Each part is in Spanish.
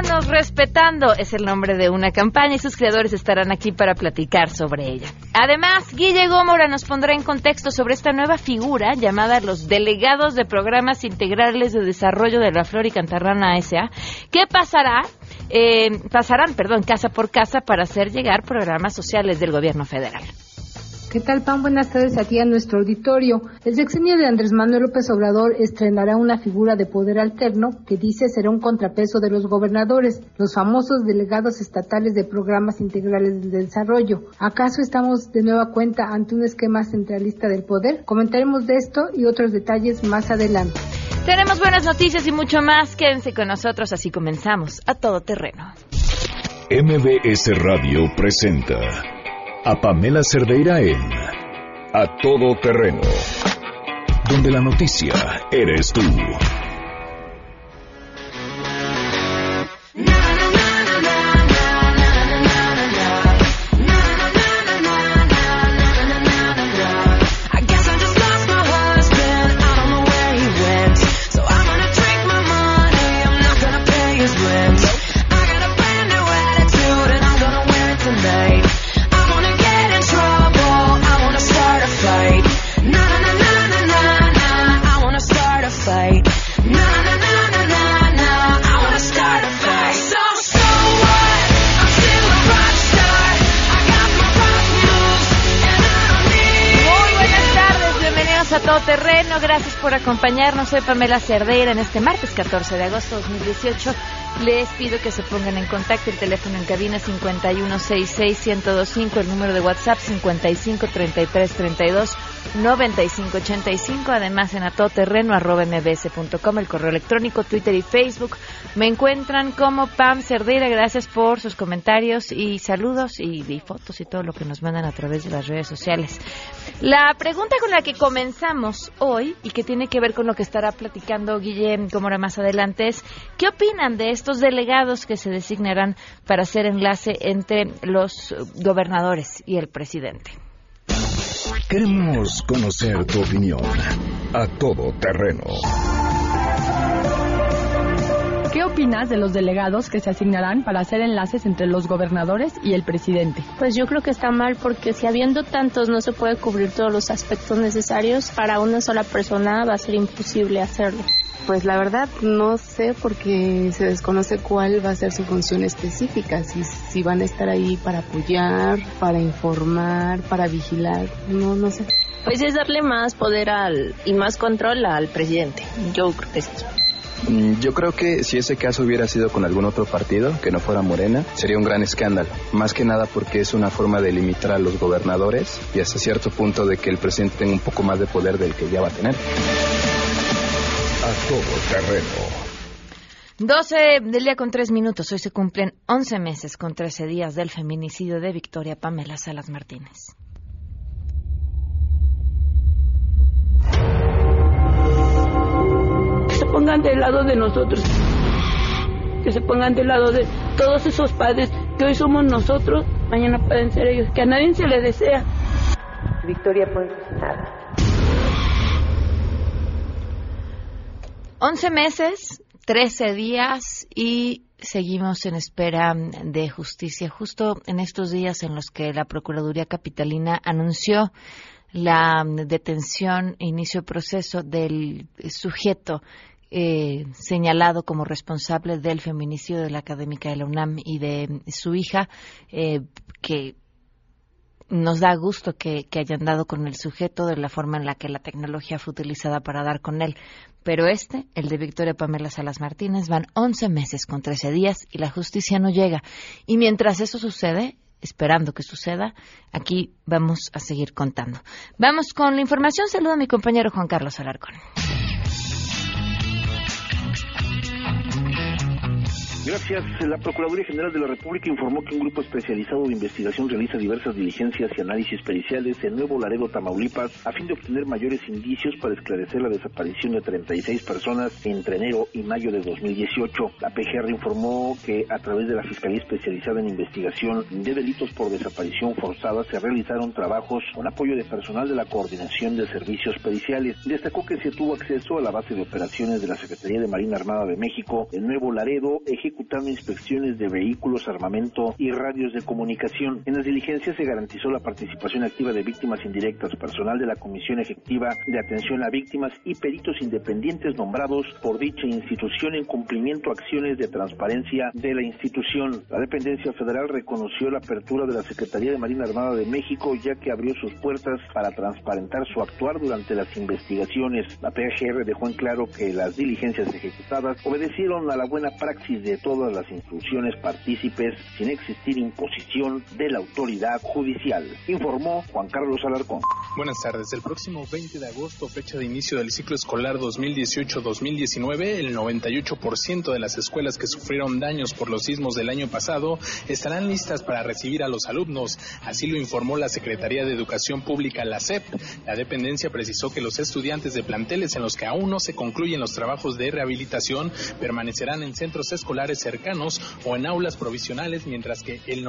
Vámonos respetando es el nombre de una campaña y sus creadores estarán aquí para platicar sobre ella. Además, Guille Gómora nos pondrá en contexto sobre esta nueva figura llamada los delegados de programas integrales de desarrollo de la Flor y Cantarrana S.A. ¿Qué pasarán casa por casa para hacer llegar programas sociales del gobierno federal? ¿Qué tal, Pam? Buenas tardes a ti, a nuestro auditorio. El sexenio de Andrés Manuel López Obrador estrenará una figura de poder alterno que dice será un contrapeso de los gobernadores, los famosos delegados estatales de programas integrales de desarrollo. ¿Acaso estamos de nueva cuenta ante un esquema centralista del poder? Comentaremos de esto y otros detalles más adelante. Tenemos buenas noticias y mucho más. Quédense con nosotros, así comenzamos A Todo Terreno. MBS Radio presenta a Pamela Cerdeira en A Todo Terreno, donde la noticia eres tú. Terreno, gracias por acompañarnos. Soy Pamela Cerdeira en este martes 14 de agosto de 2018. Les pido que se pongan en contacto. El teléfono en cabina 5166-1025, el número de WhatsApp 5533329585. Además en atodoterreno@mbs.com, el correo electrónico, Twitter y Facebook. Me encuentran como Pam Cerdeira. Gracias por sus comentarios y saludos y fotos y todo lo que nos mandan a través de las redes sociales. La pregunta con la que comenzamos hoy y que tiene que ver con lo que estará platicando Guillem Gómora más adelante es: ¿qué opinan de estos delegados que se designarán para hacer enlace entre los gobernadores y el presidente? Queremos conocer tu opinión. A Todo Terreno. ¿Qué opinas de los delegados que se asignarán para hacer enlaces entre los gobernadores y el presidente? Pues yo creo que está mal, porque si habiendo tantos no se puede cubrir todos los aspectos necesarios, para una sola persona va a ser imposible hacerlo. Pues la verdad no sé, porque se desconoce cuál va a ser su función específica, si van a estar ahí para apoyar, para informar, para vigilar, no sé. Pues es darle más poder y más control al presidente, yo creo que sí. Yo creo que si ese caso hubiera sido con algún otro partido, que no fuera Morena, sería un gran escándalo. Más que nada porque es una forma de limitar a los gobernadores y hasta cierto punto de que el presidente tenga un poco más de poder del que ya va a tener. A Todo Terreno. 12 del día con 3 minutos. Hoy se cumplen 11 meses con 13 días del feminicidio de Victoria Pamela Salas Martínez. Se pongan del lado de nosotros, que se pongan del lado de todos esos padres que hoy somos nosotros, mañana pueden ser ellos, que a nadie se le desea. Victoria Ponce nada. 11 meses, 13 días y seguimos en espera de justicia. Justo en estos días en los que la Procuraduría Capitalina anunció la detención e inicio de proceso del sujeto señalado como responsable del feminicidio de la académica de la UNAM y de su hija, que nos da gusto que hayan dado con el sujeto de la forma en la que la tecnología fue utilizada para dar con él. Pero el de Victoria Pamela Salas Martínez, van 11 meses con 13 días y la justicia no llega. Y mientras eso sucede, esperando que suceda, aquí vamos a seguir contando. Vamos con la información. Saludo a mi compañero Juan Carlos Alarcón. Gracias. La Procuraduría General de la República informó que un grupo especializado de investigación realiza diversas diligencias y análisis periciales en Nuevo Laredo, Tamaulipas, a fin de obtener mayores indicios para esclarecer la desaparición de 36 personas entre enero y mayo de 2018. La PGR informó que a través de la Fiscalía Especializada en Investigación de Delitos por Desaparición Forzada se realizaron trabajos con apoyo de personal de la Coordinación de Servicios Periciales. Destacó que se tuvo acceso a la base de operaciones de la Secretaría de Marina Armada de México en Nuevo Laredo, ejecutando ejecutando inspecciones de vehículos, armamento y radios de comunicación. En las diligencias se garantizó la participación activa de víctimas indirectas, personal de la Comisión Ejecutiva de Atención a Víctimas y peritos independientes nombrados por dicha institución en cumplimiento a acciones de transparencia de la institución. La dependencia federal reconoció la apertura de la Secretaría de Marina Armada de México, ya que abrió sus puertas para transparentar su actuar durante las investigaciones. La PGR dejó en claro que las diligencias ejecutadas obedecieron a la buena praxis de todas las instituciones partícipes sin existir imposición de la autoridad judicial. Informó Juan Carlos Alarcón. Buenas tardes. El próximo 20 de agosto, fecha de inicio del ciclo escolar 2018-2019, el 98% de las escuelas que sufrieron daños por los sismos del año pasado estarán listas para recibir a los alumnos. Así lo informó la Secretaría de Educación Pública, la SEP. La dependencia precisó que los estudiantes de planteles en los que aún no se concluyen los trabajos de rehabilitación permanecerán en centros escolares cercanos o en aulas provisionales, mientras que el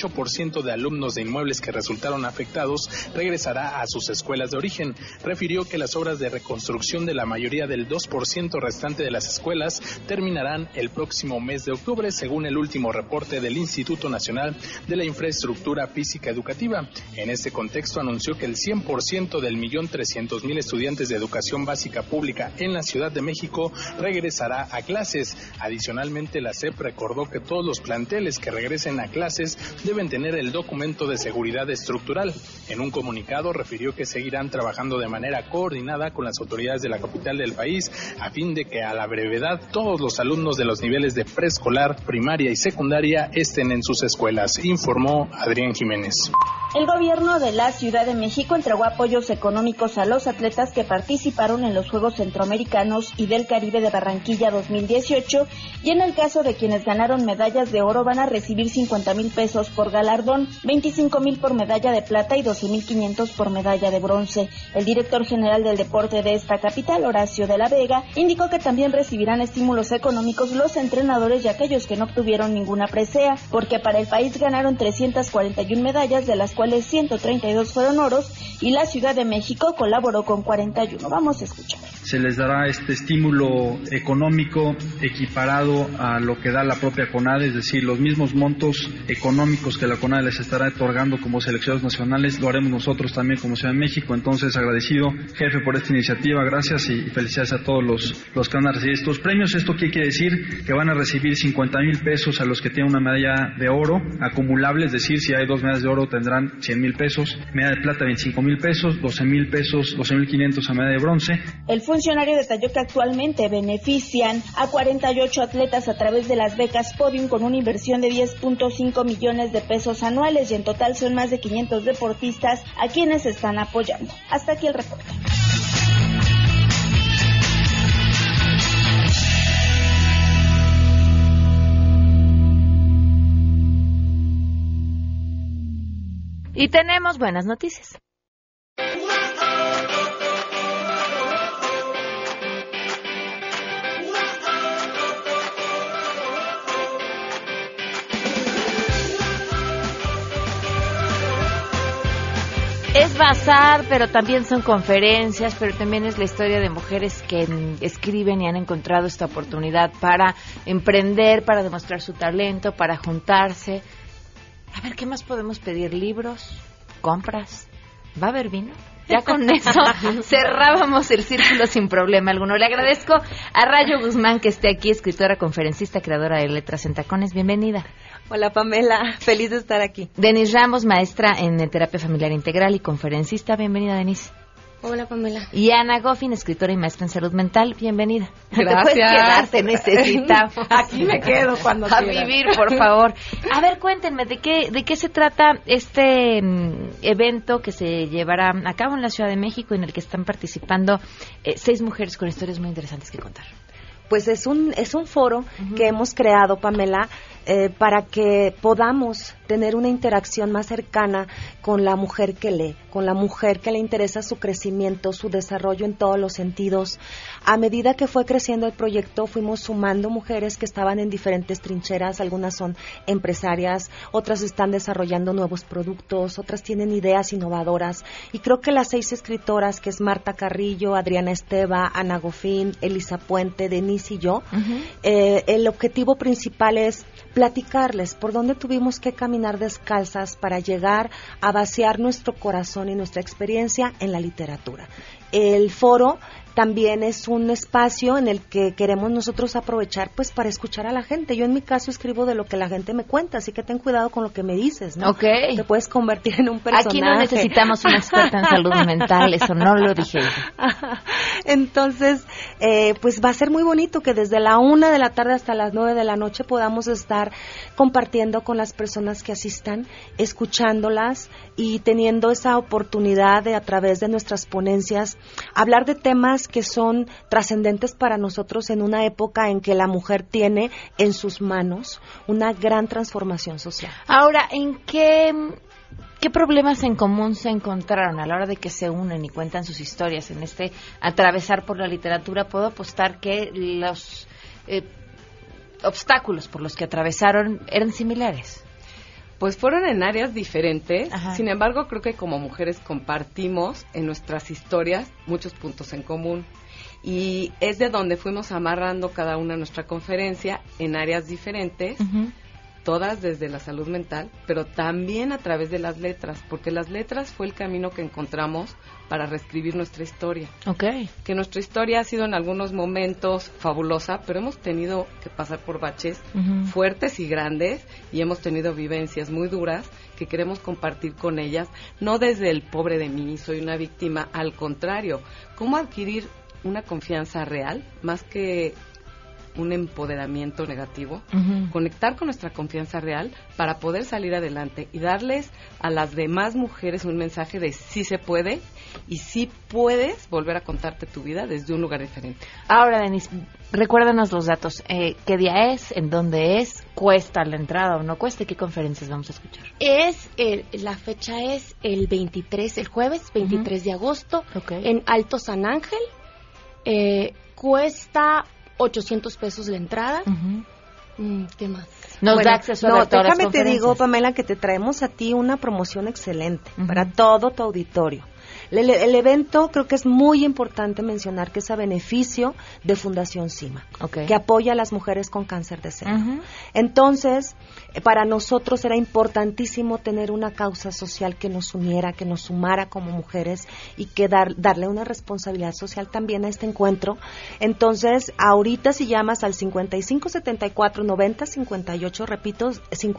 98% de alumnos de inmuebles que resultaron afectados regresará a sus escuelas de origen. Refirió que las obras de reconstrucción de la mayoría del 2% restante de las escuelas terminarán el próximo mes de octubre, según el último reporte del Instituto Nacional de la Infraestructura Física Educativa. En este contexto anunció que el 100% del 1.300.000 estudiantes de educación básica pública en la Ciudad de México regresará a clases. Adicionalmente, la SEP recordó que todos los planteles que regresen a clases deben tener el documento de seguridad estructural. En un comunicado refirió que seguirán trabajando de manera coordinada con las autoridades de la capital del país a fin de que a la brevedad todos los alumnos de los niveles de preescolar, primaria y secundaria estén en sus escuelas, informó Adrián Jiménez. El gobierno de la Ciudad de México entregó apoyos económicos a los atletas que participaron en los Juegos Centroamericanos y del Caribe de Barranquilla 2018, y en el caso de quienes ganaron medallas de oro van a recibir 50,000 pesos por galardón, 25,000 por medalla de plata y 12,500 por medalla de bronce. El director general del deporte de esta capital, Horacio de la Vega, indicó que también recibirán estímulos económicos los entrenadores y aquellos que no obtuvieron ninguna presea, porque para el país ganaron 341 medallas, de las cuales 132 fueron oros, y la Ciudad de México colaboró con 41. Vamos a escuchar. Se les dará este estímulo económico equiparado a lo que da la propia CONADE, es decir, los mismos montos económicos que la CONADE les estará otorgando como seleccionados nacionales, lo haremos nosotros también como Ciudad de México. Entonces, agradecido, jefe, por esta iniciativa, gracias y felicidades a todos los que van a recibir estos premios. ¿Esto qué quiere decir? Que van a recibir 50,000 pesos a los que tienen una medalla de oro acumulable, es decir, si hay 2 medallas de oro tendrán 100,000 pesos, medalla de plata 25,000 pesos, 12,000 pesos, 12,500 a medalla de bronce. El funcionario detalló que actualmente benefician a 48 atletas a través de las becas Podium con una inversión de 10.5 millones de pesos anuales, y en total son más de 500 deportistas a quienes están apoyando. Hasta aquí el reporte. Y tenemos buenas noticias. Es bazar, pero también son conferencias, pero también es la historia de mujeres que escriben y han encontrado esta oportunidad para emprender, para demostrar su talento, para juntarse. A ver, ¿qué más podemos pedir? ¿Libros? ¿Compras? ¿Va a haber vino? Ya con eso cerrábamos el círculo sin problema alguno. Le agradezco a Rayo Guzmán que esté aquí, escritora, conferencista, creadora de Letras en Tacones. Bienvenida. Hola Pamela, feliz de estar aquí. Denise Ramos, maestra en terapia familiar integral y conferencista. Bienvenida, Denise. Hola Pamela. Y Ana Goffin, escritora y maestra en salud mental. Bienvenida. Gracias. Te puedes quedar, te necesitamos. Aquí me quedo cuando a quieras. vivir, por favor. A ver, cuéntenme, ¿de qué se trata este evento que se llevará a cabo en la Ciudad de México, en el que están participando 6 mujeres con historias muy interesantes que contar? Pues es un foro que hemos creado, Pamela, para que podamos tener una interacción más cercana con la mujer que lee, con la mujer que le interesa su crecimiento, su desarrollo en todos los sentidos. A medida que fue creciendo el proyecto, fuimos sumando mujeres que estaban en diferentes trincheras. Algunas son empresarias, otras están desarrollando nuevos productos, otras tienen ideas innovadoras. Y creo que las 6 escritoras, que es Marta Carrillo, Adriana Esteva, Ana Goffin, Elisa Puente, Denise Denise y yo. El objetivo principal es platicarles por dónde tuvimos que caminar descalzas para llegar a vaciar nuestro corazón y nuestra experiencia en la literatura. El foro también es un espacio en el que queremos nosotros aprovechar pues para escuchar a la gente. Yo en mi caso escribo de lo que la gente me cuenta, así que ten cuidado con lo que me dices, ¿no? Okay. Te puedes convertir en un personaje. Aquí no necesitamos una experta en salud mental, eso no lo dije yo. Entonces, pues va a ser muy bonito que desde la 1 de la tarde hasta las 9 de la noche podamos estar compartiendo con las personas que asistan, escuchándolas y teniendo esa oportunidad de a través de nuestras ponencias hablar de temas que son trascendentes para nosotros en una época en que la mujer tiene en sus manos una gran transformación social. Ahora, ¿en qué problemas en común se encontraron a la hora de que se unen y cuentan sus historias en este atravesar por la literatura? Puedo apostar que los obstáculos por los que atravesaron eran similares. Pues fueron en áreas diferentes. Ajá. Sin embargo, creo que como mujeres compartimos en nuestras historias muchos puntos en común. Y es de donde fuimos amarrando cada una nuestra conferencia en áreas diferentes, todas desde la salud mental, pero también a través de las letras, porque las letras fue el camino que encontramos para reescribir nuestra historia. Okay. Que nuestra historia ha sido en algunos momentos fabulosa, pero hemos tenido que pasar por baches fuertes y grandes, y hemos tenido vivencias muy duras que queremos compartir con ellas, no desde el pobre de mí, soy una víctima, al contrario, cómo adquirir una confianza real, más que un empoderamiento negativo, conectar con nuestra confianza real para poder salir adelante y darles a las demás mujeres un mensaje de sí se puede y sí puedes volver a contarte tu vida desde un lugar diferente. Ahora, Denise, recuérdanos los datos. ¿Qué día es? ¿En dónde es? ¿Cuesta la entrada o no cuesta? ¿Qué conferencias vamos a escuchar? La fecha es el 23, el jueves 23 de agosto, en Alto San Ángel. Cuesta 800 pesos la entrada. ¿Qué más? Nos da acceso a todas las conferencias. Déjame te digo, Pamela, que te traemos a ti una promoción excelente para todo tu auditorio. El evento creo que es muy importante mencionar que es a beneficio de Fundación CIMA, que apoya a las mujeres con cáncer de seno. Entonces, para nosotros era importantísimo tener una causa social que nos uniera, que nos sumara como mujeres y que darle una responsabilidad social también a este encuentro. Entonces, ahorita si llamas al 5574-9058, repito,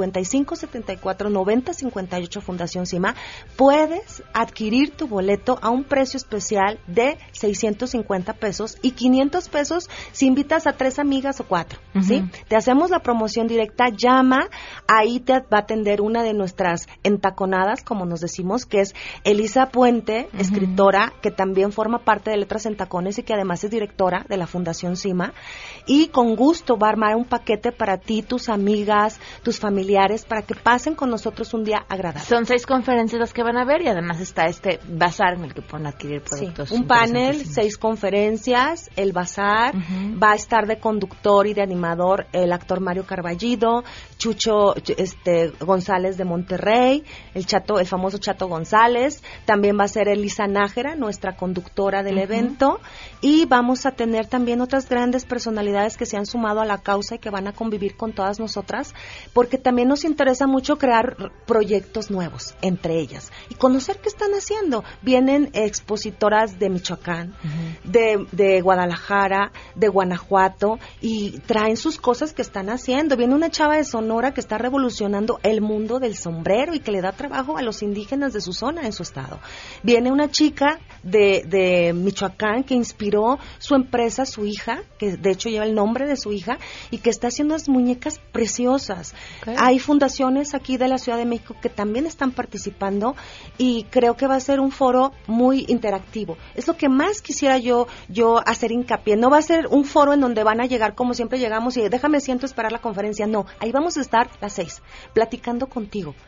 5574-9058 Fundación CIMA, puedes adquirir tu boleto a un precio especial de 650 pesos y 500 pesos si invitas a 3 amigas o 4, ¿sí? Te hacemos la promoción directa, llama, ahí te va a atender una de nuestras entaconadas, como nos decimos, que es Elisa Puente, escritora, que también forma parte de Letras en Tacones y que además es directora de la Fundación CIMA, y con gusto va a armar un paquete para ti, tus amigas, tus familiares, para que pasen con nosotros un día agradable. Son 6 conferencias las que van a ver y además está este bazar en el que pueden adquirir productos. Sí, un panel, 6 conferencias, el bazar, va a estar de conductor y de animador el actor Mario Carballido, Chucho González de Monterrey, el famoso Chato González, también va a ser Elisa Nájera, nuestra conductora del evento, y vamos a tener también otras grandes personalidades que se han sumado a la causa y que van a convivir con todas nosotras, porque también nos interesa mucho crear proyectos nuevos entre ellas y conocer qué están haciendo. Vienen expositoras de Michoacán, de Guadalajara, de Guanajuato, y traen sus cosas que están haciendo. Viene una chava de Sonora que está revolucionando el mundo del sombrero y que le da trabajo a los indígenas de su zona en su estado. Viene una chica de Michoacán que inspiró su empresa, su hija, que de hecho lleva el nombre de su hija, y que está haciendo unas muñecas preciosas. Hay fundaciones aquí de la Ciudad de México que también están participando y creo que va a ser un foro muy interactivo. Es lo que más quisiera yo hacer hincapié. No va a ser un foro en donde van a llegar como siempre llegamos y déjame siento esperar la conferencia. No, ahí vamos a estar las 6, platicando contigo,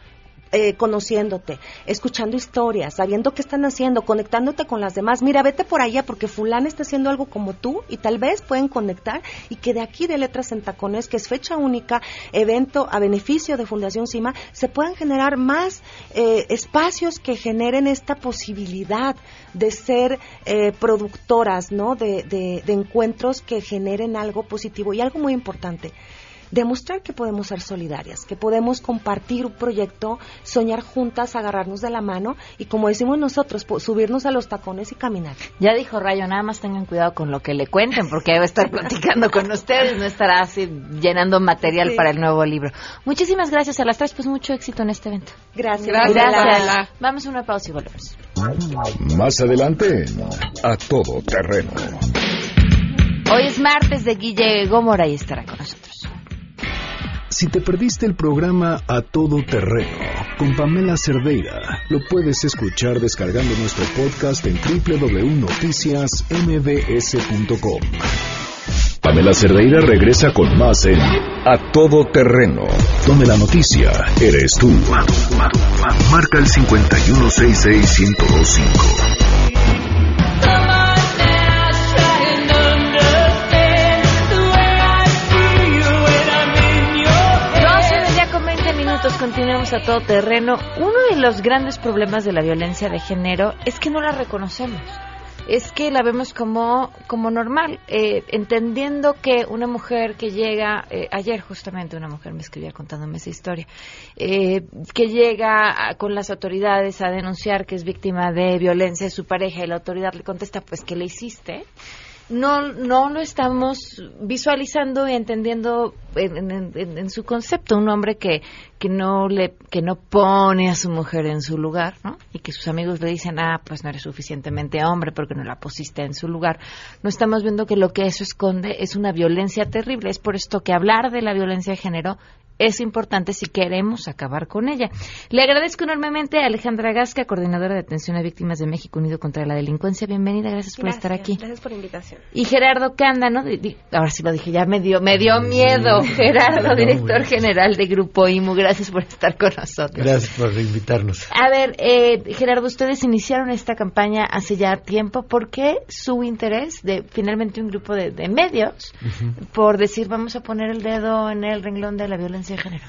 conociéndote, escuchando historias, sabiendo qué están haciendo, conectándote con las demás. Mira, vete por allá porque fulana está haciendo algo como tú y tal vez pueden conectar, y que de aquí de Letras en Tacones, que es fecha única, evento a beneficio de Fundación CIMA, se puedan generar más espacios que generen esta posibilidad de ser productoras, ¿no? de encuentros que generen algo positivo. Y algo muy importante, demostrar que podemos ser solidarias, que podemos compartir un proyecto, soñar juntas, agarrarnos de la mano y, como decimos nosotros, subirnos a los tacones y caminar. Ya dijo Rayo, nada más tengan cuidado con lo que le cuenten, porque va a estar platicando con ustedes, no estará así llenando material para el nuevo libro. Muchísimas gracias a las tres, pues mucho éxito en este evento. Gracias. Vamos a una pausa y volvemos. Más adelante, A Todo Terreno. Hoy es martes de Guille Gómora y estará con nosotros. Si te perdiste el programa A Todo Terreno con Pamela Cerdeira, lo puedes escuchar descargando nuestro podcast en www.noticiasmbs.com. Pamela Cerdeira regresa con más en A Todo Terreno, donde la noticia eres tú. Marca el 5166125. Continuamos A Todo Terreno. Uno de los grandes problemas de la violencia de género es que no la reconocemos. Es que la vemos como normal, entendiendo que una mujer que llega, ayer justamente una mujer me escribía contándome esa historia, que llega con las autoridades a denunciar que es víctima de violencia de su pareja y la autoridad le contesta, pues, ¿qué le hiciste? No lo estamos visualizando y entendiendo en su concepto. Un hombre que no pone a su mujer en su lugar, ¿no? Y que sus amigos le dicen, pues no eres suficientemente hombre porque no la pusiste en su lugar. No estamos viendo que lo que eso esconde es una violencia terrible. Es por esto que hablar de la violencia de género es importante si queremos acabar con ella. Le agradezco enormemente a Alejandra Gasca, coordinadora de atención a víctimas de México Unido contra la Delincuencia. Bienvenida, gracias por estar aquí. Gracias por la invitación. Y Gerardo Cándano, ahora sí lo dije, ya me dio miedo. Gerardo, director general de Grupo IMU, gracias por estar con nosotros. Gracias por invitarnos. A ver, Gerardo, ustedes iniciaron esta campaña hace ya tiempo. ¿Por qué su interés de finalmente un grupo de medios por decir vamos a poner el dedo en el renglón de la violencia de género?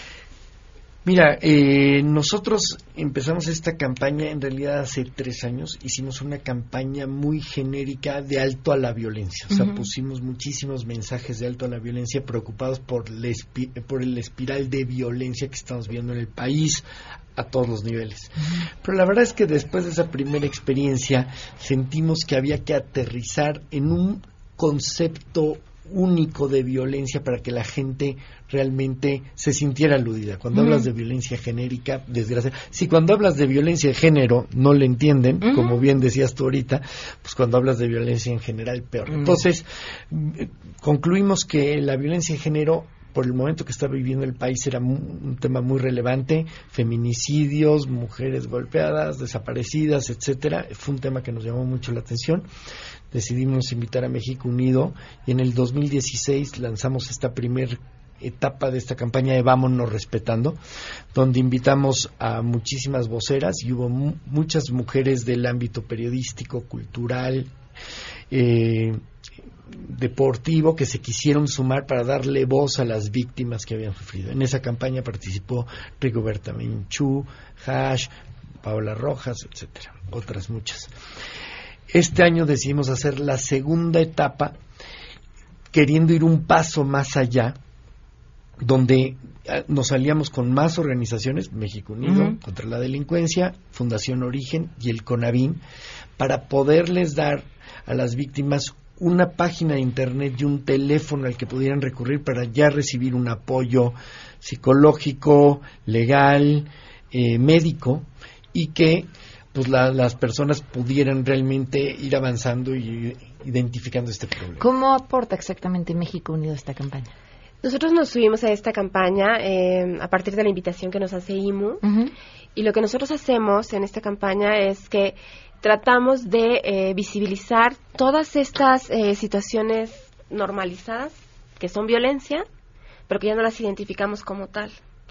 Mira, nosotros empezamos esta campaña en realidad hace 3 años. Hicimos una campaña muy genérica de alto a la violencia. O sea, pusimos muchísimos mensajes de alto a la violencia, preocupados por el espiral de violencia que estamos viendo en el país a todos los niveles. Pero la verdad es que después de esa primera experiencia sentimos que había que aterrizar en un concepto único de violencia para que la gente realmente se sintiera aludida. Cuando hablas de violencia genérica, desgracia. Si cuando hablas de violencia de género no le entienden, como bien decías tú ahorita, pues cuando hablas de violencia en general, peor. Entonces, concluimos que la violencia de género, por el momento que está viviendo el país, era un tema muy relevante. Feminicidios, mujeres golpeadas, desaparecidas, etcétera. Fue un tema que nos llamó mucho la atención. Decidimos invitar a México Unido y en el 2016 lanzamos esta primera etapa de esta campaña de Vámonos Respetando, donde invitamos a muchísimas voceras y hubo muchas mujeres del ámbito periodístico, cultural, deportivo, que se quisieron sumar para darle voz a las víctimas que habían sufrido. En esa campaña participó Rigoberta Menchú, Hash, Paola Rojas, etcétera, otras muchas. Este año decidimos hacer la segunda etapa, queriendo ir un paso más allá, donde nos aliamos con más organizaciones, México Unido contra la Delincuencia, Fundación Origen y el CONAVIM, para poderles dar a las víctimas una página de internet y un teléfono al que pudieran recurrir para ya recibir un apoyo psicológico, legal, médico, y que pues las personas pudieran realmente ir avanzando y identificando este problema. ¿Cómo aporta exactamente México Unido a esta campaña? Nosotros nos subimos a esta campaña a partir de la invitación que nos hace IMU, y lo que nosotros hacemos en esta campaña es que tratamos de visibilizar todas estas situaciones normalizadas que son violencia, pero que ya no las identificamos como tal.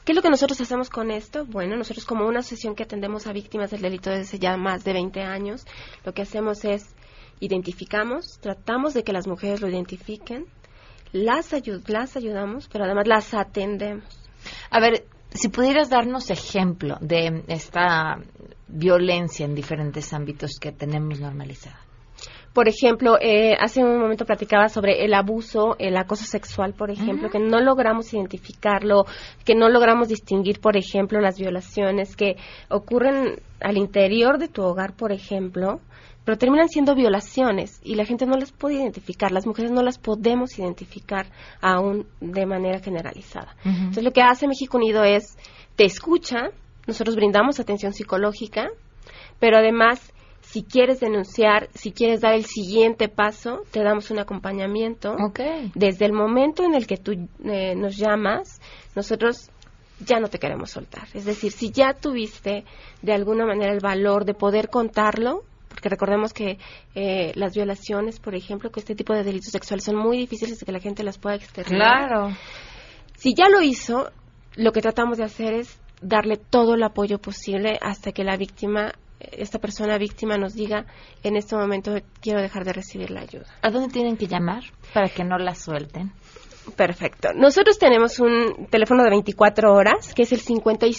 ¿Qué es lo que nosotros hacemos con esto? Bueno, nosotros como una asociación que atendemos a víctimas del delito desde ya más de 20 años, lo que hacemos es identificamos, tratamos de que las mujeres lo identifiquen, las ayudamos, pero además las atendemos. A ver, si pudieras darnos ejemplo de esta violencia en diferentes ámbitos que tenemos normalizada. Por ejemplo, hace un momento platicaba sobre el abuso, el acoso sexual, por ejemplo, que no logramos identificarlo, que no logramos distinguir, por ejemplo, las violaciones que ocurren al interior de tu hogar, por ejemplo, pero terminan siendo violaciones y la gente no las puede identificar, las mujeres no las podemos identificar aún de manera generalizada. Entonces, lo que hace México Unido es, te escucha, nosotros brindamos atención psicológica, pero además, si quieres denunciar, si quieres dar el siguiente paso, te damos un acompañamiento. Desde el momento en el que tú nos llamas, nosotros ya no te queremos soltar. Es decir, si ya tuviste de alguna manera el valor de poder contarlo, porque recordemos que las violaciones, por ejemplo, que este tipo de delitos sexuales son muy difíciles de que la gente las pueda externar. Claro. Si ya lo hizo, lo que tratamos de hacer es darle todo el apoyo posible hasta que la víctima, esta persona víctima, nos diga, en este momento quiero dejar de recibir la ayuda. ¿A dónde tienen que llamar para que no la suelten? Perfecto. Nosotros tenemos un teléfono de 24 horas, que es el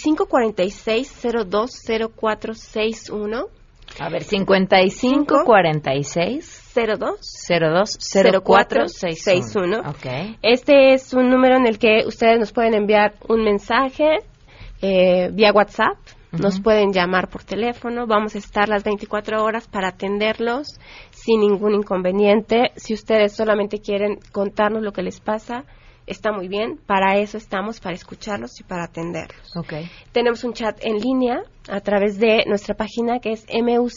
5546-020461. A ver, 5546-020461. Okay. Este es un número en el que ustedes nos pueden enviar un mensaje vía WhatsApp. Nos pueden llamar por teléfono, vamos a estar las 24 horas para atenderlos sin ningún inconveniente. Si ustedes solamente quieren contarnos lo que les pasa, está muy bien, para eso estamos, para escucharlos y para atenderlos. Tenemos un chat en línea a través de nuestra página que es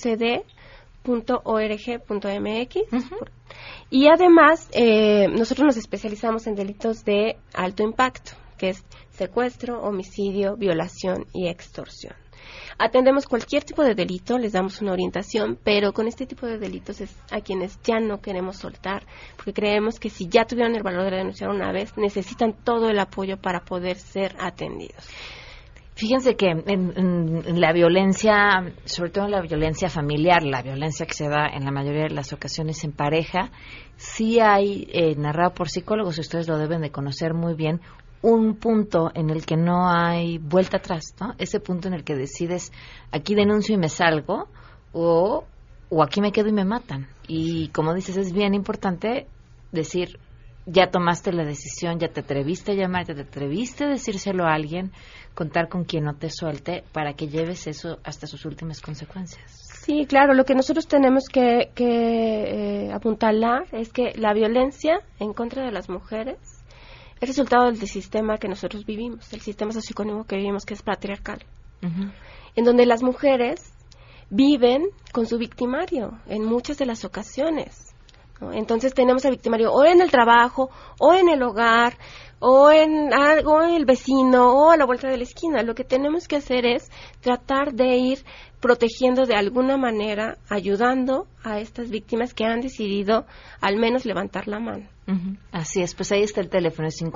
mucd.org.mx y además nosotros nos especializamos en delitos de alto impacto, que es secuestro, homicidio, violación y extorsión. Atendemos cualquier tipo de delito, les damos una orientación, pero con este tipo de delitos es a quienes ya no queremos soltar, porque creemos que si ya tuvieron el valor de denunciar una vez, necesitan todo el apoyo para poder ser atendidos. Fíjense que en la violencia, sobre todo en la violencia familiar, la violencia que se da en la mayoría de las ocasiones en pareja, sí hay, narrado por psicólogos, y ustedes lo deben de conocer muy bien, un punto en el que no hay vuelta atrás, ¿no? Ese punto en el que decides, aquí denuncio y me salgo, o aquí me quedo y me matan. Y como dices, es bien importante decir, ya tomaste la decisión, ya te atreviste a llamar, ya te atreviste a decírselo a alguien, contar con quien no te suelte para que lleves eso hasta sus últimas consecuencias. Sí, claro, lo que nosotros tenemos que apuntalar es que la violencia en contra de las mujeres es resultado del sistema que nosotros vivimos, el sistema socioeconómico que vivimos, que es patriarcal, en donde las mujeres viven con su victimario en muchas de las ocasiones, ¿no? Entonces tenemos al victimario o en el trabajo, o en el hogar, o en algo, en el vecino, o a la vuelta de la esquina. Lo que tenemos que hacer es tratar de ir protegiendo de alguna manera, ayudando a estas víctimas que han decidido al menos levantar la mano. Así es, pues ahí está el teléfono, es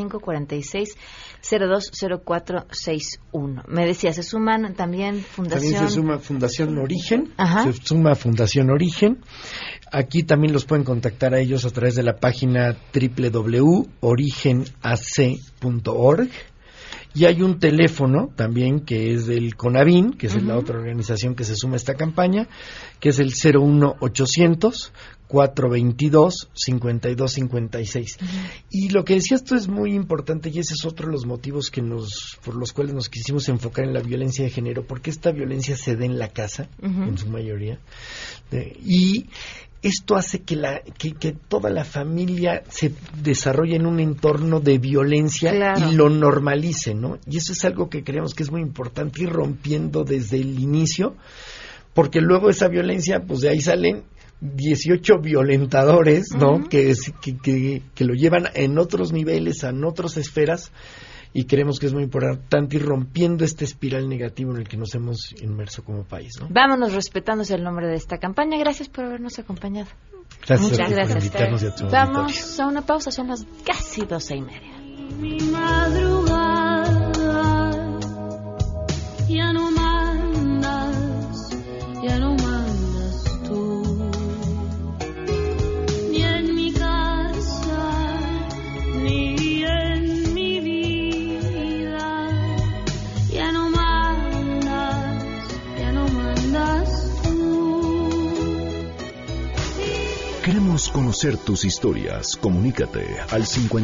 5546-020461. Me decía, ¿se suman también Fundación? También se suma Fundación Origen, se suma Fundación Origen. Aquí también los pueden contactar a ellos a través de la página www.origenac.org. Y hay un teléfono también que es del CONAVIN, que es la otra organización que se suma a esta campaña, que es el 01800 422 5256. Y lo que decías tú es muy importante, y ese es otro de los motivos por los cuales nos quisimos enfocar en la violencia de género, porque esta violencia se da en la casa, en su mayoría, y esto hace que toda la familia se desarrolle en un entorno de violencia y lo normalice, ¿no? Y eso es algo que creemos que es muy importante ir rompiendo desde el inicio, porque luego esa violencia, pues de ahí salen 18 violentadores, ¿no? Que lo llevan en otros niveles, en otras esferas, y creemos que es muy importante ir rompiendo este espiral negativo en el que nos hemos inmerso como país, ¿no? Vámonos respetándose el nombre de esta campaña. Gracias por habernos acompañado. Muchas gracias por invitarnos. Vamos a una pausa, son las casi 12:30. Mi madrugada conocer tus historias, comunícate al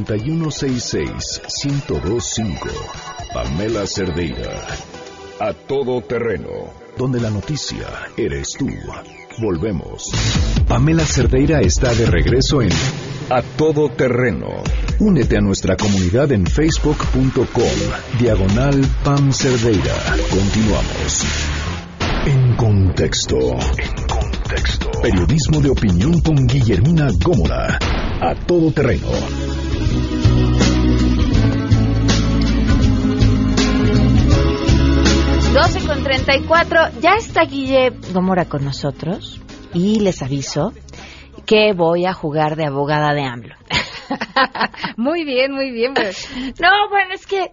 5166-1025. Pamela Cerdeira. A todo terreno, donde la noticia eres tú. Volvemos. Pamela Cerdeira está de regreso en A Todo Terreno. Únete a nuestra comunidad en facebook.com/Pam Cerdeira. Continuamos. En contexto. Periodismo de opinión con Guillermina Gómora. A Todo Terreno. 12:34, ya está Guille Gómora con nosotros y les aviso que voy a jugar de abogada de AMLO. Muy bien, pues. No, bueno, es que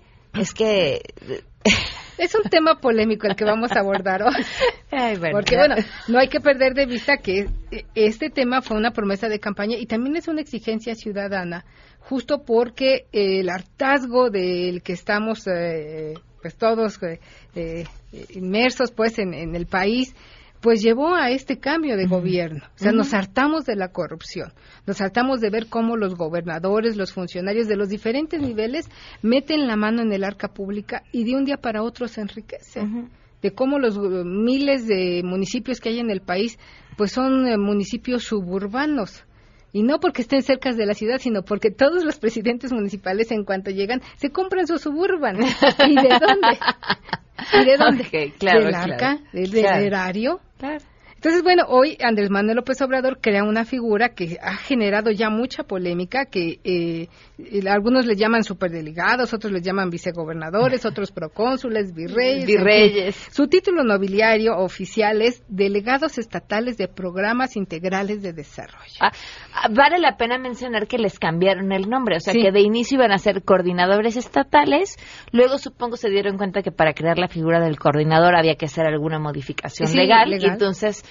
es un tema polémico el que vamos a abordar hoy. Ay, bueno, porque bueno, no hay que perder de vista que este tema fue una promesa de campaña y también es una exigencia ciudadana, justo porque el hartazgo del que estamos pues todos inmersos pues en el país, pues llevó a este cambio de gobierno. O sea, nos hartamos de la corrupción, nos hartamos de ver cómo los gobernadores, los funcionarios de los diferentes niveles meten la mano en el arca pública y de un día para otro se enriquecen. De cómo los miles de municipios que hay en el país, pues son municipios suburbanos. Y no porque estén cerca de la ciudad, sino porque todos los presidentes municipales, en cuanto llegan, se compran su suburban. ¿Y de dónde? Okay, claro, del arca, claro, del erario. Claro. Entonces, bueno, hoy Andrés Manuel López Obrador crea una figura que ha generado ya mucha polémica, que algunos le llaman superdelegados, otros les llaman vicegobernadores, otros procónsules, virreyes. Su título nobiliario oficial es Delegados Estatales de Programas Integrales de Desarrollo. Vale la pena mencionar que les cambiaron el nombre, o sea, que de inicio iban a ser coordinadores estatales, luego supongo se dieron cuenta que para crear la figura del coordinador había que hacer alguna modificación legal, y entonces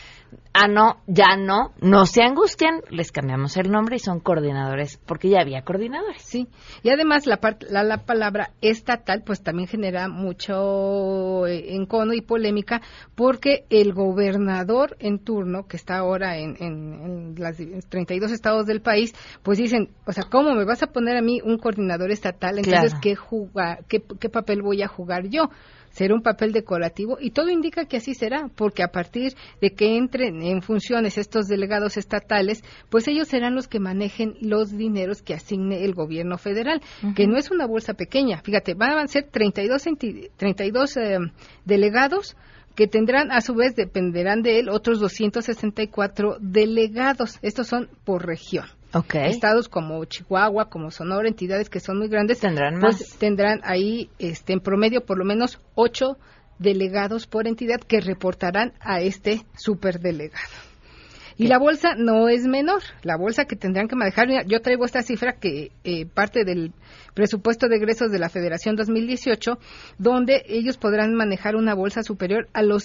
no se angustian, les cambiamos el nombre y son coordinadores, porque ya había coordinadores. Sí, y además la palabra estatal pues también genera mucho encono y polémica, porque el gobernador en turno, que está ahora en las 32 estados del país, pues dicen, o sea, ¿cómo me vas a poner a mí un coordinador estatal? Entonces, claro. ¿Qué papel voy a jugar yo? Será un papel decorativo y todo indica que así será, porque a partir de que entren en funciones estos delegados estatales, pues ellos serán los que manejen los dineros que asigne el gobierno federal, que no es una bolsa pequeña. Fíjate, van a ser 32 delegados que tendrán, a su vez, dependerán de él otros 264 delegados. Estos son por región. Okay. Estados como Chihuahua, como Sonora, entidades que son muy grandes, tendrán pues tendrán ahí en promedio por lo menos 8 delegados por entidad que reportarán a este superdelegado. Y la bolsa no es menor, la bolsa que tendrán que manejar. Yo traigo esta cifra que parte del presupuesto de egresos de la Federación 2018, donde ellos podrán manejar una bolsa superior a los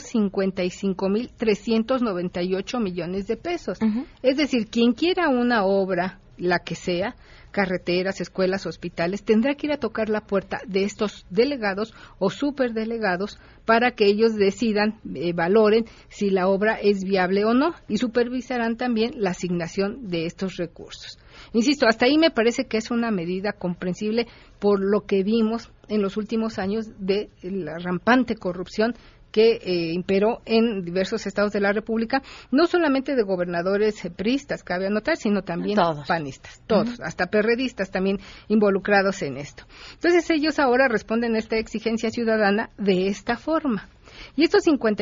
155,398 millones de pesos. Es decir, quien quiera una obra, la que sea, carreteras, escuelas, hospitales, tendrá que ir a tocar la puerta de estos delegados o superdelegados para que ellos decidan, valoren si la obra es viable o no, y supervisarán también la asignación de estos recursos. Insisto, hasta ahí me parece que es una medida comprensible por lo que vimos en los últimos años de la rampante corrupción que imperó en diversos estados de la República, no solamente de gobernadores priistas, cabe anotar, sino también panistas, todos, hasta perredistas también involucrados en esto. Entonces ellos ahora responden a esta exigencia ciudadana de esta forma. Y estos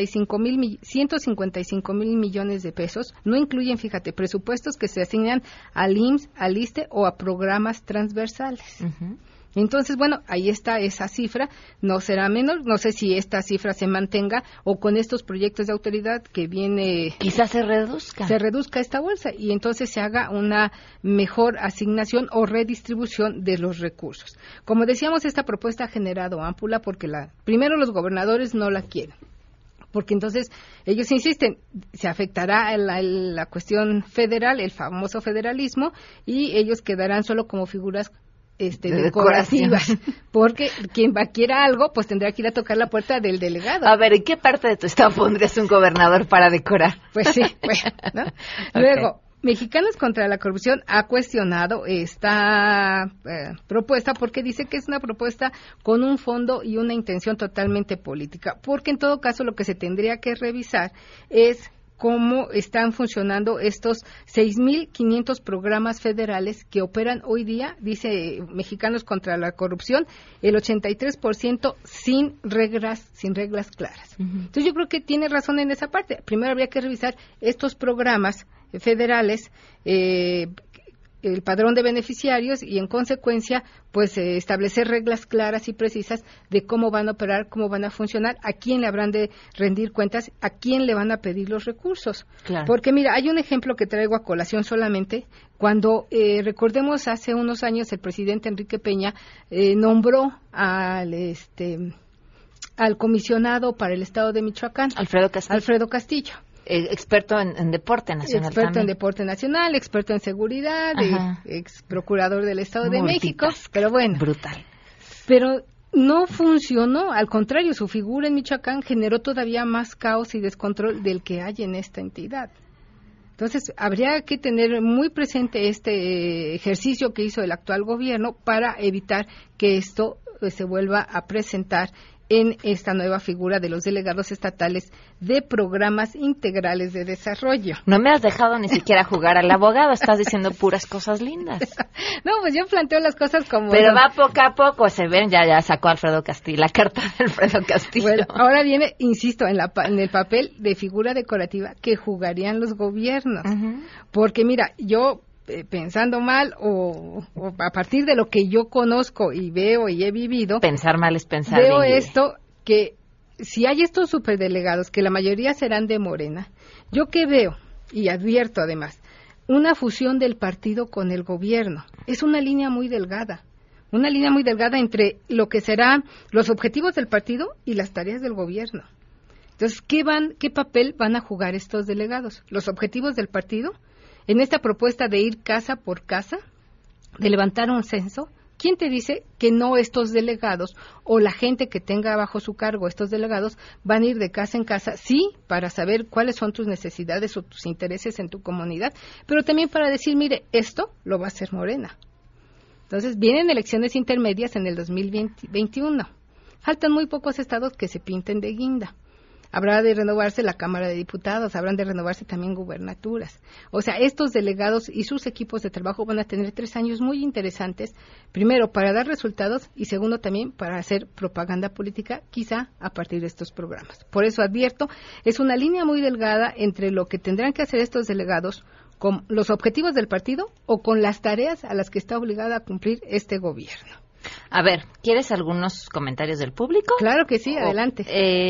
155,000 millones de pesos no incluyen, fíjate, presupuestos que se asignan al IMSS, al ISSSTE o a programas transversales. Entonces, bueno, ahí está esa cifra, no será menor, no sé si esta cifra se mantenga o con estos proyectos de autoridad que viene... Quizás se reduzca. Se reduzca esta bolsa y entonces se haga una mejor asignación o redistribución de los recursos. Como decíamos, esta propuesta ha generado ámpula porque primero los gobernadores no la quieren. Porque entonces ellos insisten, se afectará la cuestión federal, el famoso federalismo, y ellos quedarán solo como figuras decorativas, porque quien quiera algo, pues tendrá que ir a tocar la puerta del delegado. A ver, ¿en qué parte de tu estado pondrías un gobernador para decorar? Pues sí, bueno, ¿no? Luego, Mexicanos contra la Corrupción ha cuestionado esta propuesta porque dice que es una propuesta con un fondo y una intención totalmente política, porque en todo caso lo que se tendría que revisar es cómo están funcionando estos 6.500 programas federales que operan hoy día, dice Mexicanos contra la Corrupción, el 83% sin reglas claras. Entonces yo creo que tiene razón en esa parte. Primero habría que revisar estos programas federales, el padrón de beneficiarios y en consecuencia pues establecer reglas claras y precisas de cómo van a operar, cómo van a funcionar, a quién le habrán de rendir cuentas, a quién le van a pedir los recursos. Claro. Porque mira, hay un ejemplo que traigo a colación solamente, cuando recordemos hace unos años el presidente Enrique Peña nombró al comisionado para el estado de Michoacán, Alfredo Castillo. Experto en deporte nacional. Experto también. En deporte nacional, experto en seguridad, ex procurador del Estado de México. Pero bueno. Brutal. Pero no funcionó, al contrario, su figura en Michoacán generó todavía más caos y descontrol del que hay en esta entidad. Entonces, habría que tener muy presente este ejercicio que hizo el actual gobierno para evitar que esto se vuelva a presentar en esta nueva figura de los delegados estatales de programas integrales de desarrollo. No me has dejado ni siquiera jugar al abogado, estás diciendo puras cosas lindas. No, pues yo planteo las cosas como... Pero va poco a poco, se ven, ya sacó Alfredo Castillo, la carta de Alfredo Castillo. Bueno, ahora viene, insisto, en el papel de figura decorativa que jugarían los gobiernos. Porque mira, yo... pensando mal o a partir de lo que yo conozco y veo y he vivido, pensar mal es pensar veo bien. Esto, que si hay estos superdelegados, que la mayoría serán de Morena, yo que veo y advierto además, una fusión del partido con el gobierno, es una línea muy delgada entre lo que serán los objetivos del partido y las tareas del gobierno. Entonces, ¿qué papel van a jugar estos delegados? Los objetivos del partido, en esta propuesta de ir casa por casa, de levantar un censo, ¿quién te dice que no estos delegados o la gente que tenga bajo su cargo estos delegados van a ir de casa en casa? Sí, para saber cuáles son tus necesidades o tus intereses en tu comunidad, pero también para decir, mire, esto lo va a hacer Morena. Entonces, vienen elecciones intermedias en el 2021. Faltan muy pocos estados que se pinten de guinda. Habrá de renovarse la Cámara de Diputados, habrán de renovarse también gubernaturas. O sea, estos delegados y sus equipos de trabajo van a tener 3 años muy interesantes, primero para dar resultados y segundo también para hacer propaganda política, quizá a partir de estos programas. Por eso advierto, es una línea muy delgada entre lo que tendrán que hacer estos delegados con los objetivos del partido o con las tareas a las que está obligada a cumplir este gobierno. A ver, ¿quieres algunos comentarios del público? Claro que sí, adelante.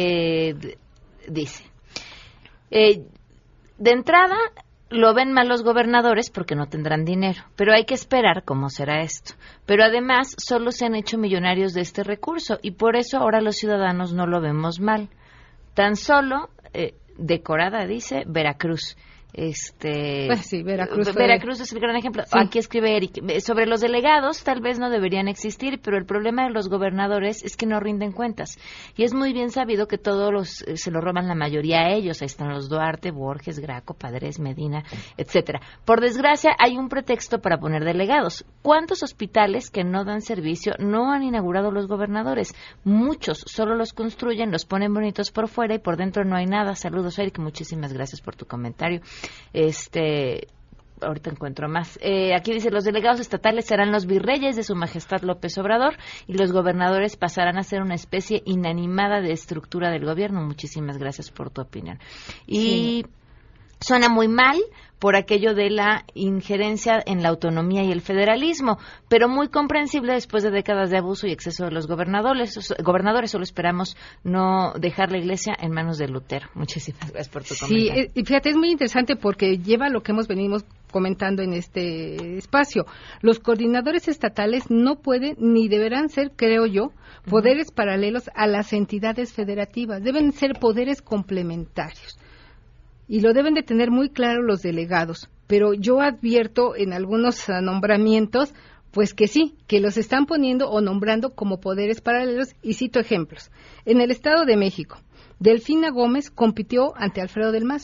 Dice, de entrada lo ven mal los gobernadores porque no tendrán dinero, pero hay que esperar cómo será esto. Pero además solo se han hecho millonarios de este recurso y por eso ahora los ciudadanos no lo vemos mal. Tan solo, decorada dice, Veracruz. Pues sí, Veracruz es el gran ejemplo. Sí. Aquí escribe Eric, sobre los delegados tal vez no deberían existir, pero el problema de los gobernadores es que no rinden cuentas. Y es muy bien sabido que todos se lo roban la mayoría a ellos. Ahí están los Duarte, Borges, Graco, Padres, Medina, etcétera. Por desgracia hay un pretexto para poner delegados. ¿Cuántos hospitales que no dan servicio no han inaugurado los gobernadores? Muchos, solo los construyen, los ponen bonitos por fuera y por dentro no hay nada. Saludos, Eric, muchísimas gracias por tu comentario. Ahorita encuentro más. Aquí dice, los delegados estatales serán los virreyes de Su Majestad López Obrador y los gobernadores pasarán a ser una especie inanimada de estructura del gobierno. Muchísimas gracias por tu opinión. Y suena muy mal por aquello de la injerencia en la autonomía y el federalismo, pero muy comprensible después de décadas de abuso y exceso de los gobernadores. Solo esperamos no dejar la iglesia en manos de Lutero. Muchísimas gracias por tu comentario. Sí, fíjate, es muy interesante porque lleva lo que hemos venido comentando en este espacio. Los coordinadores estatales no pueden ni deberán ser, creo yo, poderes paralelos a las entidades federativas. Deben ser poderes complementarios. Y lo deben de tener muy claro los delegados, pero yo advierto en algunos nombramientos, pues que sí, que los están poniendo o nombrando como poderes paralelos, y cito ejemplos. En el Estado de México, Delfina Gómez compitió ante Alfredo del Mazo.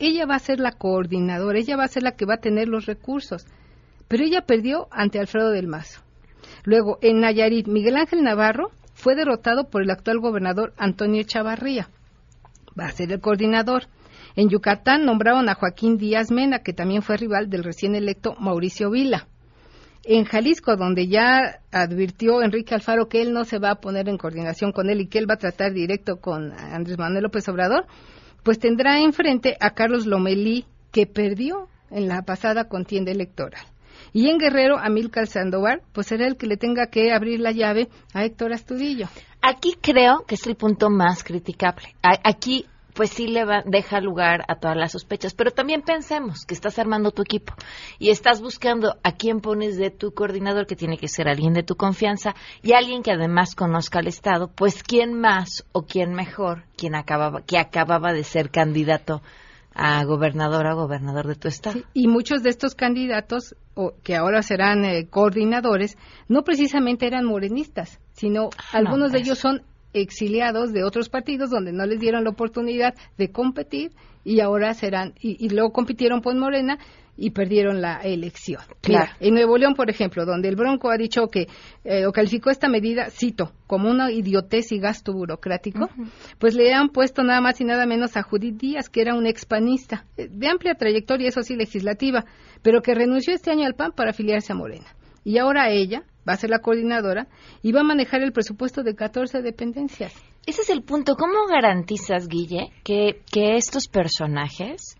ella va a ser la coordinadora, ella va a ser la que va a tener los recursos. Pero ella perdió ante Alfredo del Mazo. Luego, en Nayarit, Miguel Ángel Navarro fue derrotado por el actual gobernador Antonio Echavarría. Va a ser el coordinador. En Yucatán nombraron a Joaquín Díaz Mena, que también fue rival del recién electo Mauricio Vila. En Jalisco, donde ya advirtió Enrique Alfaro que él no se va a poner en coordinación con él y que él va a tratar directo con Andrés Manuel López Obrador, pues tendrá enfrente a Carlos Lomelí, que perdió en la pasada contienda electoral. Y en Guerrero, Amílcar Sandoval, pues será el que le tenga que abrir la llave a Héctor Astudillo. Aquí creo que es el punto más criticable. Aquí pues sí deja lugar a todas las sospechas, pero también pensemos que estás armando tu equipo y estás buscando a quién pones de tu coordinador, que tiene que ser alguien de tu confianza y alguien que además conozca el Estado, pues quién más o quién mejor, que acababa de ser candidato a gobernador de tu estado. Sí, y muchos de estos candidatos, que ahora serán coordinadores, no precisamente eran morenistas, sino algunos de ellos son exiliados de otros partidos donde no les dieron la oportunidad de competir y ahora serán, y luego compitieron por Morena y perdieron la elección. Claro. Mira, en Nuevo León, por ejemplo, donde el Bronco ha dicho que, o calificó esta medida, cito, como una idiotez y gasto burocrático, pues le han puesto nada más y nada menos a Judith Díaz, que era una expanista, de amplia trayectoria, eso sí, legislativa, pero que renunció este año al PAN para afiliarse a Morena. Y ahora ella va a ser la coordinadora y va a manejar el presupuesto de 14 dependencias. Ese es el punto. ¿Cómo garantizas, Guille, que estos personajes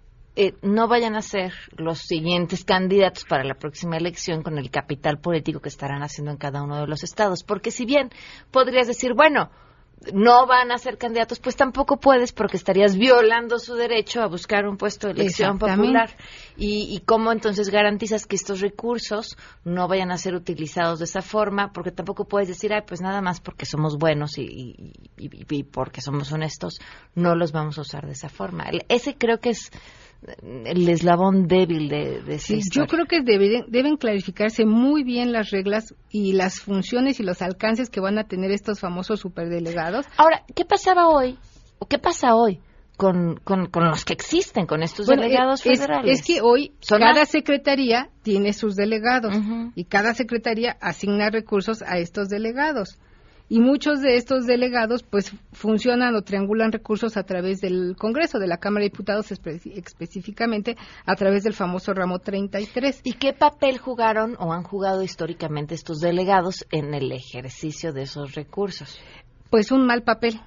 no vayan a ser los siguientes candidatos para la próxima elección con el capital político que estarán haciendo en cada uno de los estados? Porque si bien podrías decir, bueno, no van a ser candidatos, pues tampoco puedes, porque estarías violando su derecho a buscar un puesto de elección popular. ¿Y cómo entonces garantizas que estos recursos no vayan a ser utilizados de esa forma? Porque tampoco puedes decir, pues nada más porque somos buenos y porque somos honestos, no los vamos a usar de esa forma. Ese creo que es el eslabón débil de esa historia. Yo creo que deben clarificarse muy bien las reglas y las funciones y los alcances que van a tener estos famosos superdelegados. Ahora, ¿qué pasaba hoy? ¿O qué pasa hoy con los que existen, con estos delegados federales? Es que hoy cada secretaría tiene sus delegados y cada secretaría asigna recursos a estos delegados. Y muchos de estos delegados pues funcionan o triangulan recursos a través del Congreso, de la Cámara de Diputados específicamente, a través del famoso ramo 33. ¿Y qué papel jugaron o han jugado históricamente estos delegados en el ejercicio de esos recursos? Pues un mal papel.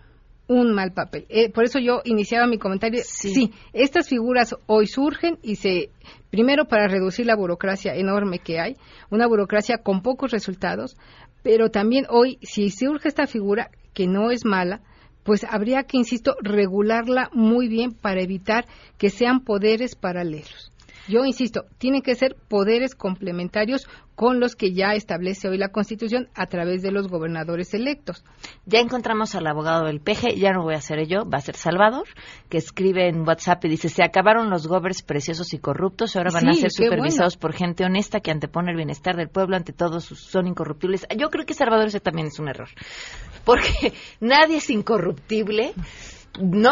Por eso yo iniciaba mi comentario. Sí, estas figuras hoy surgen y primero para reducir la burocracia enorme que hay, una burocracia con pocos resultados, pero también hoy, si surge esta figura, que no es mala, pues habría que, insisto, regularla muy bien para evitar que sean poderes paralelos. Yo insisto, tienen que ser poderes complementarios con los que ya establece hoy la Constitución a través de los gobernadores electos. Ya encontramos al abogado del PG, ya no voy a ser yo, va a ser Salvador, que escribe en WhatsApp y dice, se acabaron los gobers preciosos y corruptos, ahora van a ser supervisados por gente honesta que antepone el bienestar del pueblo, ante todo son incorruptibles. Yo creo que Salvador ese también es un error, porque nadie es incorruptible, ¿no?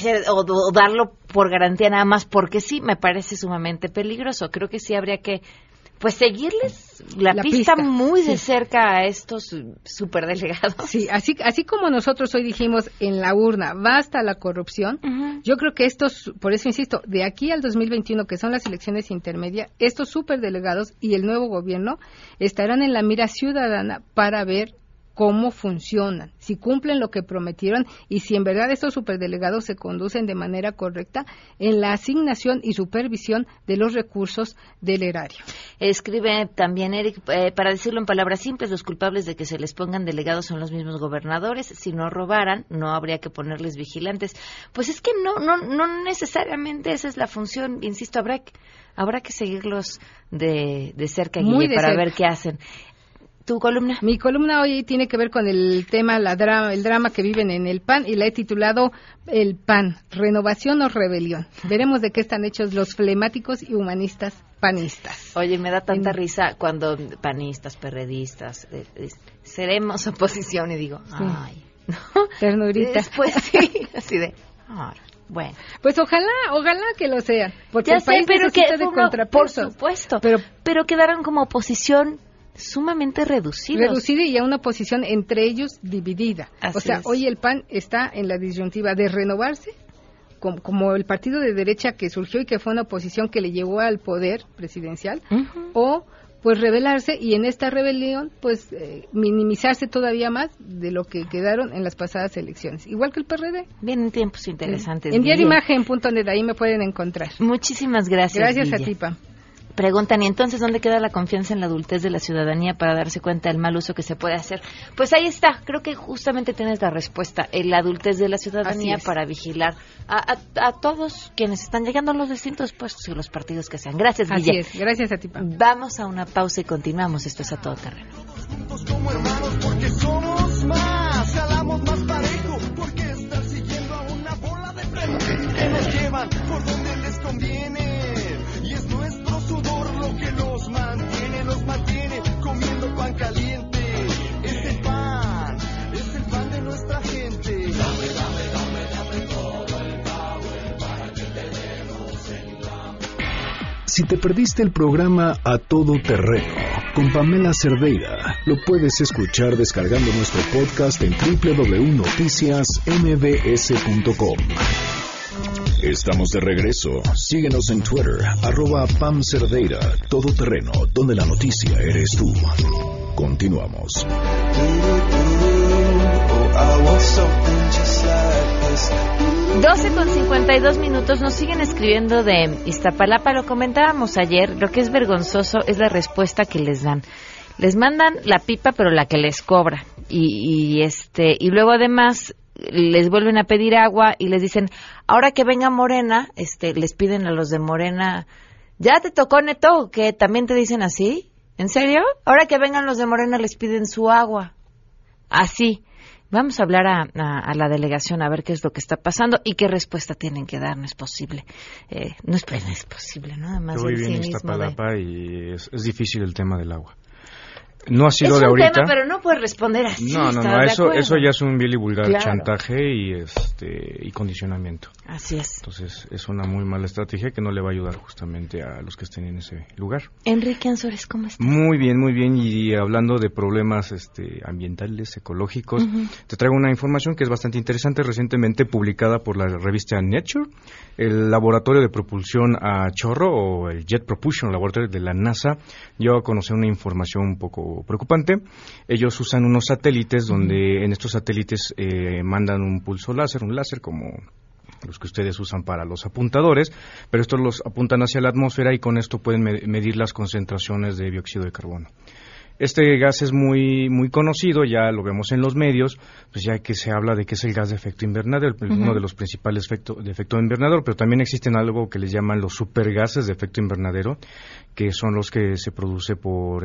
O darlo por garantía nada más porque sí, me parece sumamente peligroso. Creo que sí habría que seguirles la pista muy de cerca a estos superdelegados. Sí, así como nosotros hoy dijimos en la urna, basta la corrupción, yo creo que por eso insisto, de aquí al 2021, que son las elecciones intermedias, estos superdelegados y el nuevo gobierno estarán en la mira ciudadana para ver cómo funcionan, si cumplen lo que prometieron y si en verdad estos superdelegados se conducen de manera correcta en la asignación y supervisión de los recursos del erario. Escribe también Eric, para decirlo en palabras simples, los culpables de que se les pongan delegados son los mismos gobernadores. Si no robaran, no habría que ponerles vigilantes. Pues es que no necesariamente esa es la función, insisto, habrá que seguirlos de cerca, Guille, para ver qué hacen. ¿Tu columna? Mi columna hoy tiene que ver con el tema, el drama que viven en el PAN, y la he titulado El PAN, renovación o rebelión. Veremos de qué están hechos los flemáticos y humanistas panistas. Oye, me da tanta risa cuando panistas, perredistas, seremos oposición, y digo, ay, ¿no? Ternurita. Después sí, así de, Bueno. Pues ojalá que lo sea. Porque ya el país necesita de contrapesos. Por supuesto. Pero quedaron como oposición sumamente reducida y a una oposición entre ellos dividida. Así es. Hoy el PAN está en la disyuntiva de renovarse como el partido de derecha que surgió y que fue una oposición que le llevó al poder presidencial, o pues rebelarse, y en esta rebelión pues minimizarse todavía más de lo que quedaron en las pasadas elecciones, igual que el PRD. Vienen tiempos interesantes. En diarimagen.net, ahí me pueden encontrar. Muchísimas gracias. Gracias Villa. a ti, Pam. Preguntan, ¿y entonces dónde queda la confianza en la adultez de la ciudadanía para darse cuenta del mal uso que se puede hacer? Pues ahí está, creo que justamente tienes la respuesta, la adultez de la ciudadanía para vigilar a todos quienes están llegando a los distintos puestos y los partidos que sean. Gracias, Villa. Así es, gracias a ti, Pam. Vamos a una pausa y continuamos. Esto es A Todo Terreno. Como hermanos, porque somos más, jalamos más parejo, porque están siguiendo a una bola de frente que nos llevan por donde les conviene. Y es nuestro sudor lo que los mantiene comiendo pan caliente. Es el pan de nuestra gente. Dame todo el power para que te demos en la... Si te perdiste el programa A Todo Terreno con Pamela Cerdeira, lo puedes escuchar descargando nuestro podcast en www.noticiasmbs.com. Estamos de regreso. Síguenos en Twitter, @PamCerdeira, Todo Terreno, donde la noticia eres tú. Continuamos. 12:52 nos siguen escribiendo de Iztapalapa. Lo comentábamos ayer. Lo que es vergonzoso es la respuesta que les dan. Les mandan la pipa, pero la que les cobra. Y luego además les vuelven a pedir agua y les dicen, ahora que venga Morena, les piden a los de Morena, ¿ya te tocó, Neto? ¿Que también te dicen así? ¿En serio? Ahora que vengan los de Morena les piden su agua. Así. Vamos a hablar a la delegación a ver qué es lo que está pasando y qué respuesta tienen que dar. No es posible. No es posible, nada más. Yo viví en Iztapalapa y es difícil el tema del agua. No ha sido de ahorita. Es un tema, pero no puedes responder así. No, eso ya es un vil y vulgar chantaje y condicionamiento. Así es. Entonces es una muy mala estrategia que no le va a ayudar justamente a los que estén en ese lugar. Enrique Ansores, ¿cómo estás? Muy bien, y hablando de problemas ambientales, ecológicos, te traigo una información que es bastante interesante, recientemente publicada por la revista Nature. El laboratorio de propulsión a chorro, o el Jet Propulsion Laboratory de la NASA, dio a conocer una información un poco preocupante. Ellos usan unos satélites donde en estos satélites mandan un pulso láser, un láser como los que ustedes usan para los apuntadores, pero estos los apuntan hacia la atmósfera y con esto pueden medir las concentraciones de dióxido de carbono. Este gas es muy muy conocido, ya lo vemos en los medios, pues ya que se habla de que es el gas de efecto invernadero, uno de los principales de efecto invernadero, pero también existen algo que les llaman los supergases de efecto invernadero, que son los que se produce por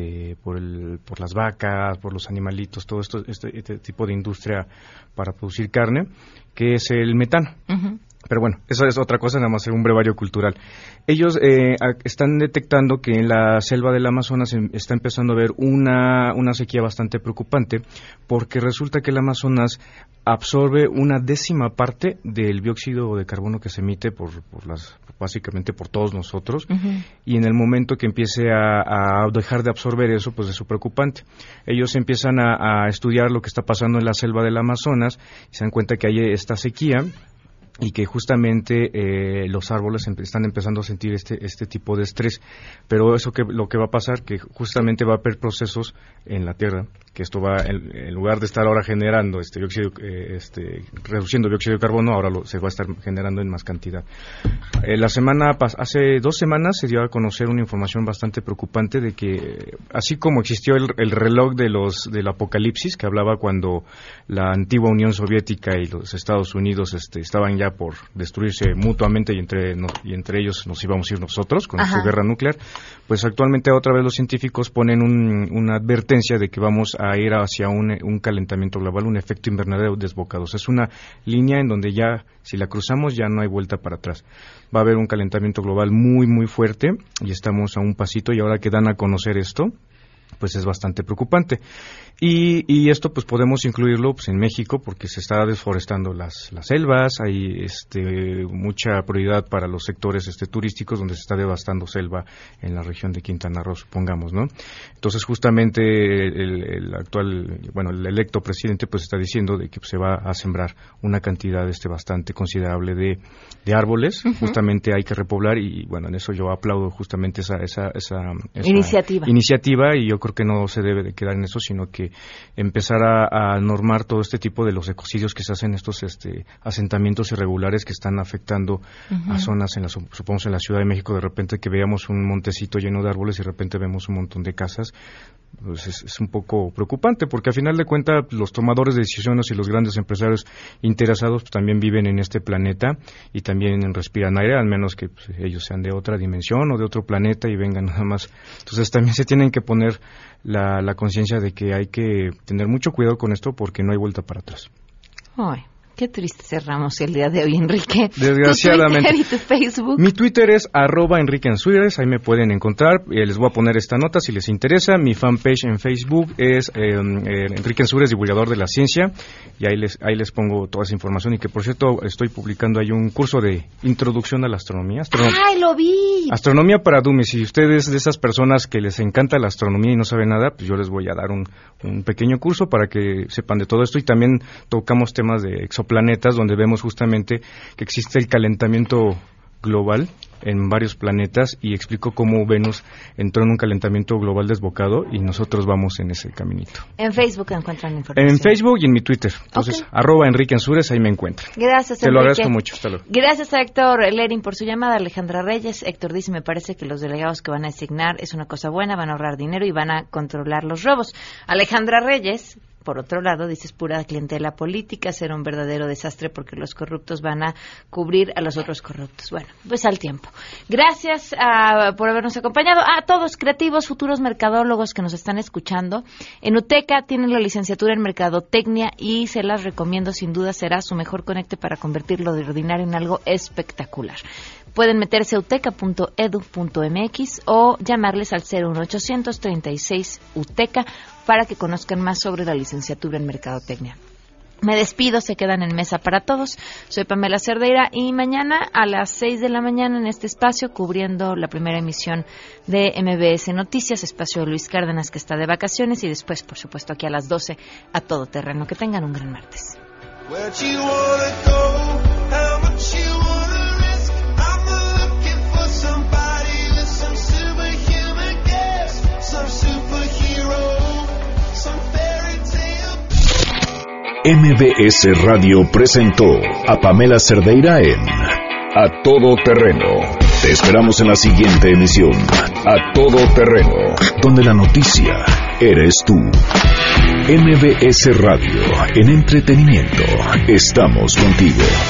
las vacas, por los animalitos, todo esto, este tipo de industria para producir carne, que es el metano. Pero bueno, eso es otra cosa, nada más un brevario cultural. Ellos están detectando que en la selva del Amazonas está empezando a haber una sequía bastante preocupante, porque resulta que el Amazonas absorbe una 10ª parte del dióxido de carbono que se emite básicamente por todos nosotros, y en el momento que empiece a dejar de absorber eso, pues es súper preocupante. Ellos empiezan a estudiar lo que está pasando en la selva del Amazonas y se dan cuenta que hay esta sequía y que justamente los árboles están empezando a sentir este tipo de estrés, pero lo que va a pasar, que justamente va a haber procesos en la Tierra, que esto va, en lugar de estar ahora generando reduciendo dióxido de carbono, ahora se va a estar generando en más cantidad. Hace 2 semanas se dio a conocer una información bastante preocupante de que, así como existió el reloj del apocalipsis, que hablaba cuando la antigua Unión Soviética y los Estados Unidos estaban ya por destruirse mutuamente y entre ellos nos íbamos a ir nosotros con su guerra nuclear, pues actualmente otra vez los científicos ponen una advertencia de que vamos a ir hacia un calentamiento global, un efecto invernadero desbocado. O sea, es una línea en donde ya, si la cruzamos, ya no hay vuelta para atrás. Va a haber un calentamiento global muy, muy fuerte y estamos a un pasito, y ahora que dan a conocer esto, pues es bastante preocupante. Y esto pues podemos incluirlo pues en México porque se está desforestando las selvas, hay mucha prioridad para los sectores turísticos donde se está devastando selva en la región de Quintana Roo, supongamos, ¿no? Entonces justamente el electo presidente pues está diciendo de que pues, se va a sembrar una cantidad bastante considerable de árboles. Uh-huh. Justamente hay que repoblar y bueno, en eso yo aplaudo justamente esa iniciativa, y yo creo que no se debe de quedar en eso, sino que empezar a normar todo este tipo de los ecocidios que se hacen, estos asentamientos irregulares que están afectando a zonas, supongamos en la Ciudad de México, de repente que veamos un montecito lleno de árboles y de repente vemos un montón de casas. Pues es un poco preocupante porque a final de cuentas los tomadores de decisiones y los grandes empresarios interesados pues, también viven en este planeta y también respiran aire, al menos que pues, ellos sean de otra dimensión o de otro planeta y vengan nada más. Entonces también se tienen que poner la conciencia de que hay que tener mucho cuidado con esto porque no hay vuelta para atrás. Ay, qué triste cerramos el día de hoy, Enrique. Desgraciadamente. ¿Tu Twitter y tu Facebook? Mi Twitter es @EnriqueAnSuárez, ahí me pueden encontrar. Les voy a poner esta nota si les interesa. Mi fanpage en Facebook es Enrique Ansúrez, divulgador de la ciencia, y ahí les pongo toda esa información. Y que, por cierto, estoy publicando ahí un curso de introducción a la astronomía. ¡Ay, lo vi! Astronomía para dummies. Si ustedes de esas personas que les encanta la astronomía y no saben nada, pues yo les voy a dar un pequeño curso para que sepan de todo esto. Y también tocamos temas de exoplanetas, donde vemos justamente que existe el calentamiento global en varios planetas, y explico cómo Venus entró en un calentamiento global desbocado y nosotros vamos en ese caminito. En Facebook encuentran información. En Facebook y en mi Twitter. Entonces, @Enrique Ansúrez, ahí me encuentran. Gracias, Te Enrique. lo agradezco mucho. Hasta luego. Gracias a Héctor Lerin por su llamada. Alejandra Reyes. Héctor dice, me parece que los delegados que van a designar es una cosa buena, van a ahorrar dinero y van a controlar los robos. Alejandra Reyes, por otro lado, dices pura clientela política, será un verdadero desastre porque los corruptos van a cubrir a los otros corruptos. Bueno, pues al tiempo. Gracias por habernos acompañado. A todos creativos, futuros mercadólogos que nos están escuchando. En UTECA tienen la licenciatura en Mercadotecnia y se las recomiendo, sin duda será su mejor conecte para convertir lo de ordinario en algo espectacular. Pueden meterse a uteca.edu.mx o llamarles al 01800 36 UTECA para que conozcan más sobre la licenciatura en Mercadotecnia. Me despido, se quedan en Mesa para Todos. Soy Pamela Cerdeira y mañana a las 6 de la mañana en este espacio, cubriendo la primera emisión de MBS Noticias, espacio de Luis Cárdenas, que está de vacaciones, y después, por supuesto, aquí a las 12 a Todo Terreno. Que tengan un gran martes. MBS Radio presentó a Pamela Cerdeira en A Todo Terreno. Te esperamos en la siguiente emisión, A Todo Terreno, donde la noticia eres tú. MBS Radio, en entretenimiento, estamos contigo.